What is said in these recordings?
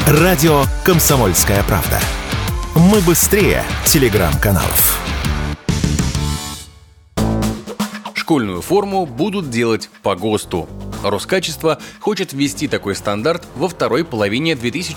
Радио «Комсомольская правда». Мы быстрее телеграм-каналов. Школьную форму будут делать по ГОСТу. Роскачество хочет ввести такой стандарт во второй половине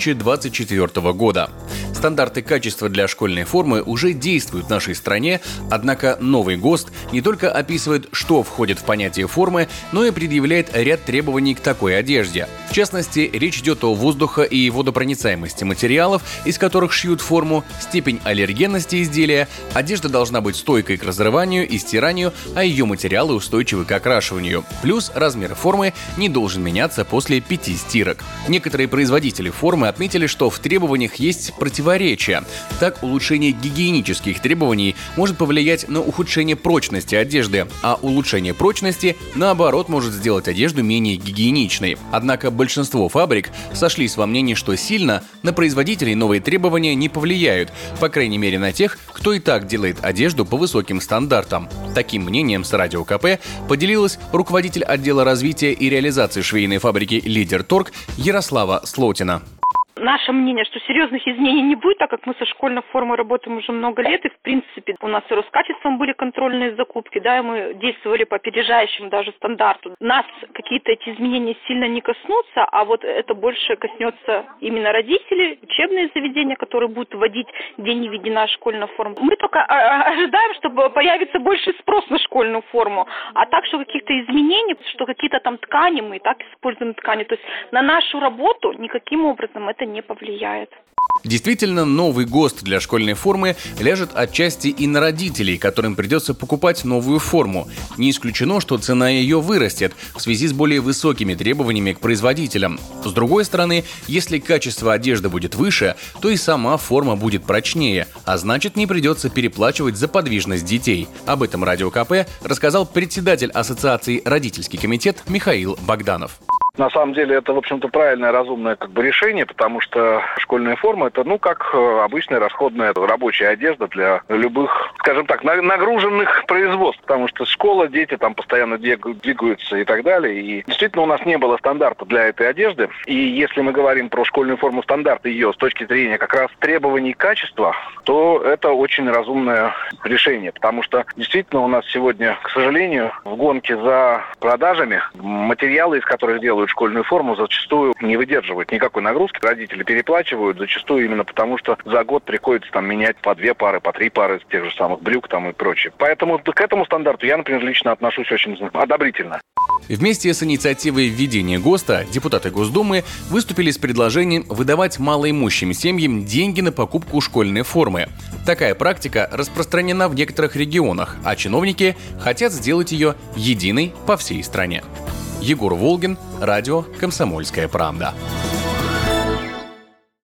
2024 года. Стандарты качества для школьной формы уже действуют в нашей стране, однако новый ГОСТ не только описывает, что входит в понятие формы, но и предъявляет ряд требований к такой одежде. В частности, речь идет о воздухо- и водопроницаемости материалов, из которых шьют форму, степень аллергенности изделия, одежда должна быть стойкой к разрыванию и стиранию, а ее материалы устойчивы к окрашиванию. Плюс размер формы не должен меняться после 5 стирок. Некоторые производители формы отметили, что в требованиях есть противоречия. Так, улучшение гигиенических требований может повлиять на ухудшение прочности одежды, а улучшение прочности, наоборот, может сделать одежду менее гигиеничной. Однако большинство фабрик сошлись во мнении, что сильно на производителей новые требования не повлияют, по крайней мере на тех, кто и так делает одежду по высоким стандартам. Таким мнением с Радио КП поделилась руководитель отдела развития и реализации швейной фабрики «Лидер Торг» Ярослава Слотина. Наше мнение, что серьезных изменений не будет, так как мы со школьной формой работаем уже много лет, и в принципе у нас и Роскачеством были контрольные закупки, да, и мы действовали по опережающему даже стандарту. Нас какие-то эти изменения сильно не коснутся, а вот это больше коснется именно родителей, учебные заведения, которые будут вводить, где не введена школьная форма. Мы только ожидаем, чтобы появится больше спрос на школьную форму, а так, что каких-то изменений, что какие-то там ткани, мы и так используем ткани, то есть на нашу работу никаким образом это не повлияет. Действительно, новый ГОСТ для школьной формы ляжет отчасти и на родителей, которым придется покупать новую форму. Не исключено, что цена ее вырастет в связи с более высокими требованиями к производителям. С другой стороны, если качество одежды будет выше, то и сама форма будет прочнее, а значит, не придется переплачивать за подвижность детей. Об этом Радио КП рассказал председатель Ассоциации «Родительский комитет» Михаил Богданов. На самом деле это, в общем-то, правильное, разумное решение, потому что школьная форма это, как обычная расходная рабочая одежда для любых, скажем так, нагруженных производств, потому что школа, дети там постоянно двигаются и так далее. И действительно у нас не было стандарта для этой одежды. И если мы говорим про школьную форму стандарт ее с точки зрения как раз требований качества, то это очень разумное решение, потому что действительно у нас сегодня, к сожалению, в гонке за продажами материалы, из которых делают школьную форму, зачастую не выдерживают никакой нагрузки. Родители переплачивают зачастую именно потому, что за год приходится менять по 2 пары, по 3 пары тех же самых брюк и прочее. Поэтому к этому стандарту я, например, лично отношусь очень одобрительно. Вместе с инициативой введения ГОСТа депутаты Госдумы выступили с предложением выдавать малоимущим семьям деньги на покупку школьной формы. Такая практика распространена в некоторых регионах, а чиновники хотят сделать ее единой по всей стране. Егор Волгин, радио «Комсомольская правда».